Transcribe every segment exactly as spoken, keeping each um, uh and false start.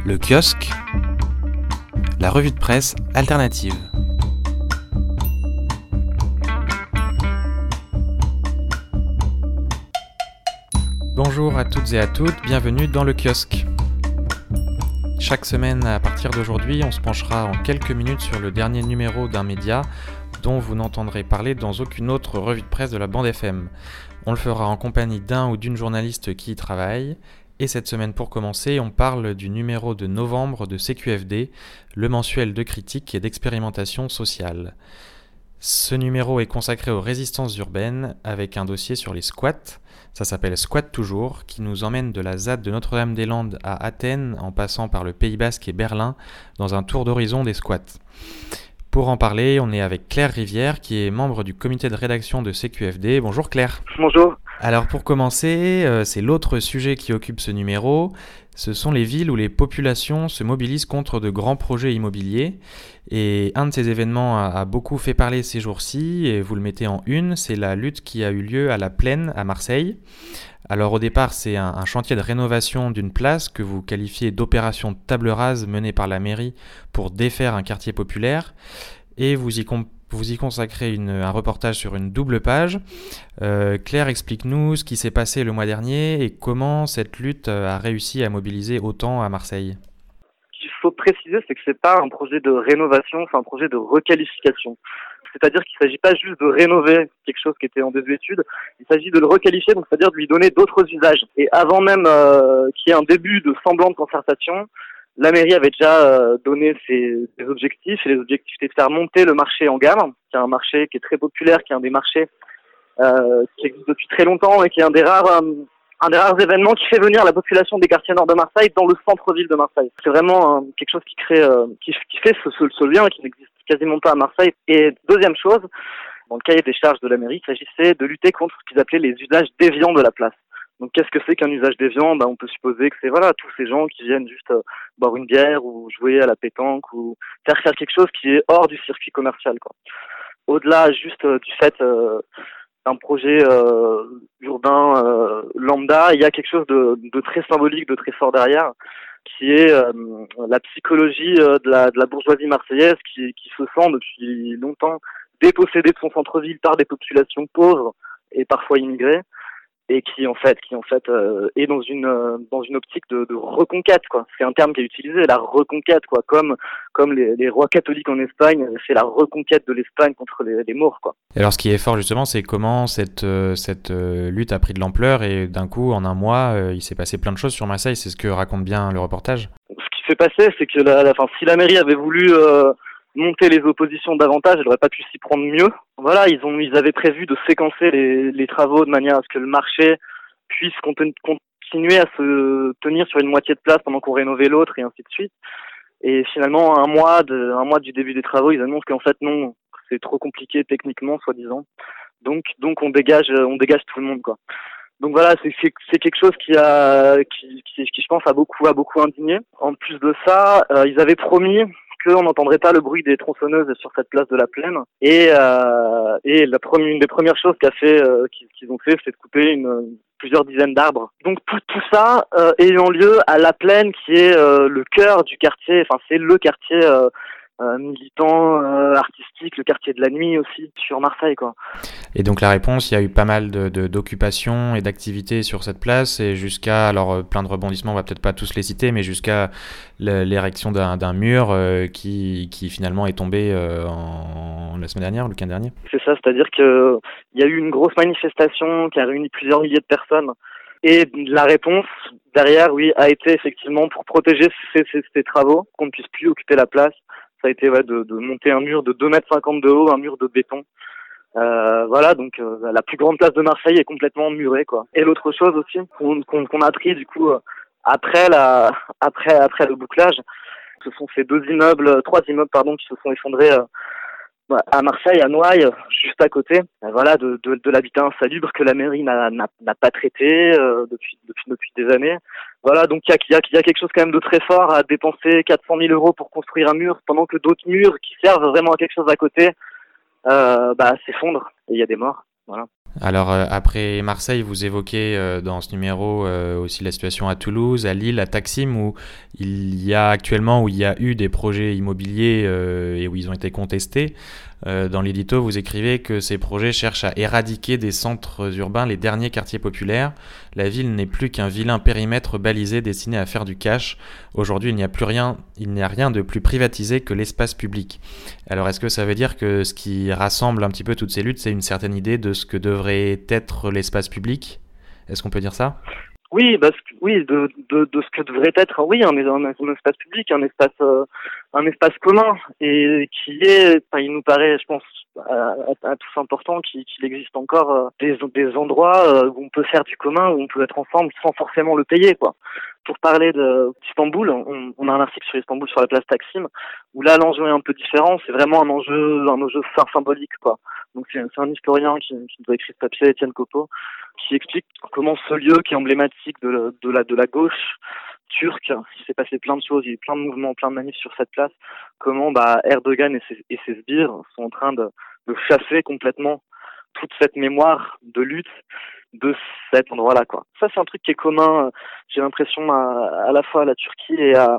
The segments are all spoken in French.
Le kiosque, la revue de presse alternative. Bonjour à toutes et à toutes, bienvenue dans le kiosque. Chaque semaine à partir d'aujourd'hui, on se penchera en quelques minutes sur le dernier numéro d'un média dont vous n'entendrez parler dans aucune autre revue de presse de la bande F M. On le fera en compagnie d'un ou d'une journaliste qui y travaille. Et cette semaine, pour commencer, on parle du numéro de novembre de C Q F D, le mensuel de critique et d'expérimentation sociale. Ce numéro est consacré aux résistances urbaines, avec un dossier sur les squats. Ça s'appelle Squat Toujours, qui nous emmène de la Z A D de Notre-Dame-des-Landes à Athènes, en passant par le Pays Basque et Berlin, dans un tour d'horizon des squats. Pour en parler, on est avec Claire Rivière, qui est membre du comité de rédaction de C Q F D. Bonjour Claire. Bonjour. Alors pour commencer, euh, c'est l'autre sujet qui occupe ce numéro. Ce sont les villes où les populations se mobilisent contre de grands projets immobiliers. Et un de ces événements a, a beaucoup fait parler ces jours-ci, et vous le mettez en une, c'est la lutte qui a eu lieu à la Plaine, à Marseille. Alors au départ, c'est un, un chantier de rénovation d'une place que vous qualifiez d'opération de table rase menée par la mairie pour défaire un quartier populaire. Et vous y, comp- vous y consacrez une, un reportage sur une double page. Euh, Claire, explique-nous ce qui s'est passé le mois dernier et comment cette lutte a réussi à mobiliser autant à Marseille. Ce qu'il faut préciser, c'est que c'est pas un projet de rénovation, c'est un projet de requalification. C'est-à-dire qu'il ne s'agit pas juste de rénover quelque chose qui était en désuétude, il s'agit de le requalifier, donc c'est-à-dire de lui donner d'autres usages. Et avant même euh, qu'il y ait un début de semblant de concertation, la mairie avait déjà euh, donné ses, ses objectifs, et les objectifs étaient de faire monter le marché en gamme, qui est un marché qui est très populaire, qui est un des marchés euh, qui existe depuis très longtemps et qui est un des rares euh, un des rares événements qui fait venir la population des quartiers nord de Marseille dans le centre-ville de Marseille. C'est vraiment euh, quelque chose qui crée, euh, qui, qui fait ce, ce, ce lien qui n'existe quasiment pas à Marseille. Et deuxième chose, dans le cahier des charges de la mairie, il s'agissait de lutter contre ce qu'ils appelaient les usages déviants de la place. Donc qu'est-ce que c'est qu'un usage déviant ? Ben, on peut supposer que c'est voilà tous ces gens qui viennent juste euh, boire une bière ou jouer à la pétanque ou faire faire quelque chose qui est hors du circuit commercial, quoi. Au-delà juste euh, du fait euh, d'un projet euh, urbain euh, lambda, il y a quelque chose de, de très symbolique, de très fort derrière, qui est euh, la psychologie euh, de, la, de la bourgeoisie marseillaise qui, qui se sent depuis longtemps dépossédée de son centre-ville par des populations pauvres et parfois immigrées, et qui en fait, qui en fait euh, est dans une euh, dans une optique de, de reconquête, quoi. C'est un terme qui est utilisé, la reconquête, quoi, comme comme les, les rois catholiques en Espagne, c'est la reconquête de l'Espagne contre les, les Maures, quoi. Et alors ce qui est fort justement, c'est comment cette euh, cette euh, lutte a pris de l'ampleur et d'un coup, en un mois, euh, il s'est passé plein de choses sur Marseille. C'est ce que raconte bien le reportage. Ce qui s'est passé, c'est que la, la, enfin, si la mairie avait voulu euh, monter les oppositions davantage, elle aurait pas pu s'y prendre mieux. Voilà, ils ont, ils avaient prévu de séquencer les, les travaux de manière à ce que le marché puisse conten- continuer à se tenir sur une moitié de place pendant qu'on rénovait l'autre et ainsi de suite. Et finalement, un mois de, un mois du début des travaux, ils annoncent qu'en fait non, c'est trop compliqué techniquement, soi-disant. Donc, donc on dégage, on dégage tout le monde, quoi. Donc voilà, c'est, c'est, c'est quelque chose qui a, qui, qui, qui, je pense, a beaucoup, a beaucoup indigné. En plus de ça, euh, ils avaient promis qu'on n'entendrait pas le bruit des tronçonneuses sur cette place de la Plaine. Et, euh, et la première, une des premières choses qu'a fait, euh, qu'ils, qu'ils ont fait, c'est de couper une, plusieurs dizaines d'arbres. Donc tout, tout ça euh, ayant lieu à la Plaine, qui est euh, le cœur du quartier. Enfin, c'est le quartier euh, euh, militant, euh, artistique, le quartier de la nuit aussi sur Marseille, quoi. Et donc la réponse, il y a eu pas mal de, de, d'occupations et d'activités sur cette place, et jusqu'à, alors euh, plein de rebondissements, on va peut-être pas tous les citer, mais jusqu'à le, l'érection d'un, d'un mur euh, qui, qui finalement est tombé euh, en, la semaine dernière, le week-end dernier. C'est ça, c'est-à-dire que il y a eu une grosse manifestation qui a réuni plusieurs milliers de personnes, et la réponse derrière, oui, a été effectivement pour protéger ces, ces, ces travaux, qu'on ne puisse plus occuper la place. Ça a été ouais, de, de monter un mur de deux mètres cinquante de haut, un mur de béton. Euh, voilà, donc euh, la plus grande place de Marseille est complètement murée, quoi. Et l'autre chose aussi qu'on, qu'on, qu'on a appris du coup euh, après la, après après le bouclage, ce sont ces deux immeubles, trois immeubles pardon, qui se sont effondrés euh, à Marseille, à Noailles, juste à côté. Euh, voilà, de, de, de l'habitat insalubre que la mairie n'a, n'a, n'a pas traité euh, depuis, depuis depuis des années. Voilà, donc il y a, y, a, y a quelque chose quand même de très fort à dépenser quatre cent mille euros pour construire un mur, pendant que d'autres murs qui servent vraiment à quelque chose à côté, euh, bah, s'effondrent et il y a des morts. Voilà. Alors euh, après Marseille, vous évoquez euh, dans ce numéro euh, aussi la situation à Toulouse, à Lille, à Taksim, où il y a actuellement, où il y a eu des projets immobiliers euh, et où ils ont été contestés. Euh, dans l'édito, vous écrivez que ces projets cherchent à éradiquer des centres urbains les derniers quartiers populaires. La ville n'est plus qu'un vilain périmètre balisé destiné à faire du cash. Aujourd'hui, il n'y a plus rien, il n'y a rien de plus privatisé que l'espace public. Alors, est-ce que ça veut dire que ce qui rassemble un petit peu toutes ces luttes, c'est une certaine idée de ce que devrait être l'espace public? Est-ce qu'on peut dire ça? Oui, parce que, oui, de, de, de ce que devrait être, oui, un, un, un espace public, un espace, euh, un espace commun, et qui est, enfin, il nous paraît, je pense, à, à, à tous important qu'il, qu'il existe encore euh, des, des endroits euh, où on peut faire du commun, où on peut être ensemble sans forcément le payer, quoi. Pour parler de d'Istanbul, on, on a un article sur Istanbul sur la place Taksim, où là l'enjeu est un peu différent, c'est vraiment un enjeu, un enjeu symbolique, quoi. Donc c'est, c'est un historien qui, qui nous a écrit ce papier, Étienne Copeau, qui explique comment ce lieu qui est emblématique de la, de la, de la gauche turque, il s'est passé plein de choses, il y a eu plein de mouvements, plein de manifs sur cette place, comment bah, Erdogan et ses, et ses sbires sont en train de, de chasser complètement toute cette mémoire de lutte de cet endroit-là, quoi. Ça, c'est un truc qui est commun, j'ai l'impression, à, à la fois à la Turquie et, à,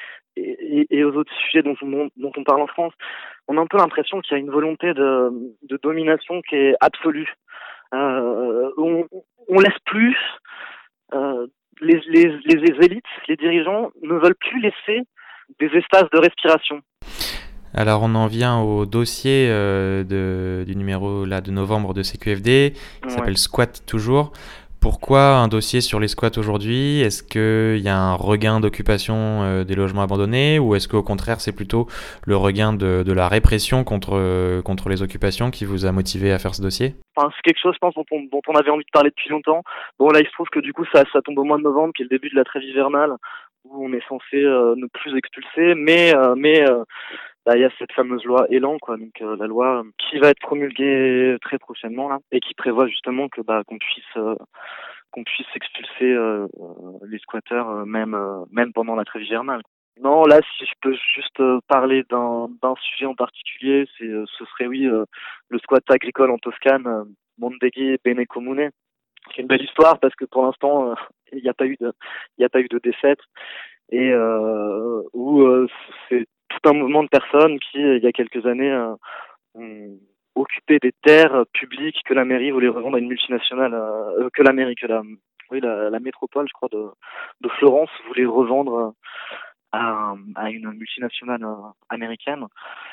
et, et aux autres sujets dont, dont, dont on parle en France. On a un peu l'impression qu'il y a une volonté de, de domination qui est absolue. Euh, on, on laisse plus euh, les, les, les élites, les dirigeants ne veulent plus laisser des espaces de respiration. Alors on en vient au dossier euh, de, du numéro là, de novembre de C Q F D qui Ouais. s'appelle Squat toujours. Pourquoi un dossier sur les squats aujourd'hui? Est-ce qu'il y a un regain d'occupation euh, des logements abandonnés ou est-ce qu'au contraire c'est plutôt le regain de, de la répression contre, euh, contre les occupations qui vous a motivé à faire ce dossier? Enfin, c'est quelque chose, je pense, dont on, dont on avait envie de parler depuis longtemps. Bon, là, il se trouve que du coup, ça, ça tombe au mois de novembre, qui est le début de la trêve hivernale, où on est censé euh, ne plus expulser, mais euh, mais euh, bah, il y a cette fameuse loi Elan, quoi, donc euh, la loi qui va être promulguée très prochainement là, et qui prévoit justement que bah qu'on puisse euh, qu'on puisse expulser euh, les squatteurs euh, même euh, même pendant la trêve hivernale. Non, là, si je peux juste euh, parler d'un d'un sujet en particulier, c'est euh, ce serait oui euh, le squat agricole en Toscane, euh, Mondeghi Bene Comune. C'est une belle histoire parce que pour l'instant, euh, il n'y a pas eu de il n'y a pas eu de défaite et euh, où euh, c'est tout un mouvement de personnes qui, il y a quelques années, euh, ont occupé des terres publiques que la mairie voulait revendre à une multinationale, euh, que la mairie, que la, oui, la, la métropole, je crois, de, de Florence voulait revendre à, à une multinationale euh, américaine.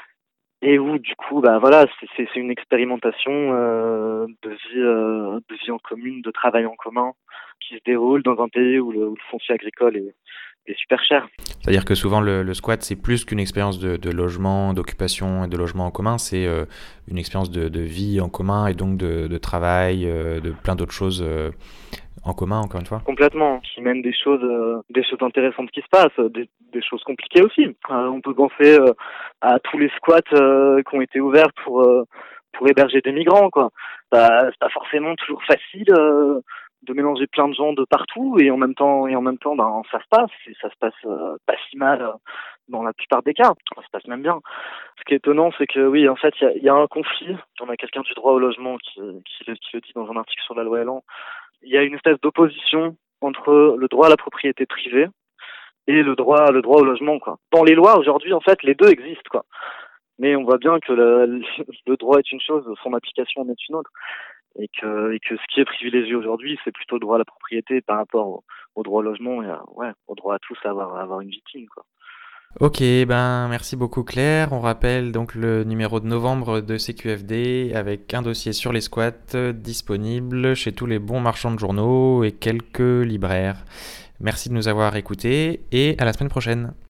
Et où, du coup, bah voilà, c'est, c'est, c'est une expérimentation euh, de vie, euh, de vie en commune, de travail en commun, qui se déroule dans un pays où le, où le foncier agricole est, est super cher. C'est-à-dire que souvent le, le squat c'est plus qu'une expérience de, de logement, d'occupation et de logement en commun, c'est euh, une expérience de, de vie en commun et donc de, de travail, euh, de plein d'autres choses euh, en commun encore une fois. Complètement, qui mènent des choses, euh, des choses intéressantes qui se passent, des, des choses compliquées aussi. Euh, on peut penser euh, à tous les squats euh, qui ont été ouverts pour euh, pour héberger des migrants, quoi. Bah, c'est pas forcément toujours facile euh, de mélanger plein de gens de partout et en même temps et en même temps, ben ça se passe, et ça se passe euh, pas si mal euh, dans la plupart des cas. Ça se passe même bien. Ce qui est étonnant, c'est que oui, en fait, il y a, y a un conflit. On a quelqu'un du droit au logement qui, qui, le, qui le dit dans un article sur la loi Elan. Il y a une espèce d'opposition entre le droit à la propriété privée et le droit, le droit au logement, quoi. Dans les lois, aujourd'hui, en fait, les deux existent, quoi. Mais on voit bien que le, le droit est une chose, son application en est une autre. Et que, et que ce qui est privilégié aujourd'hui, c'est plutôt le droit à la propriété par rapport au, au droit au logement et à, ouais, au droit à tous à avoir, à avoir une victime, quoi. Ok, ben merci beaucoup Claire. On rappelle donc le numéro de novembre de C Q F D avec un dossier sur les squats euh, disponible chez tous les bons marchands de journaux et quelques libraires. Merci de nous avoir écoutés et à la semaine prochaine.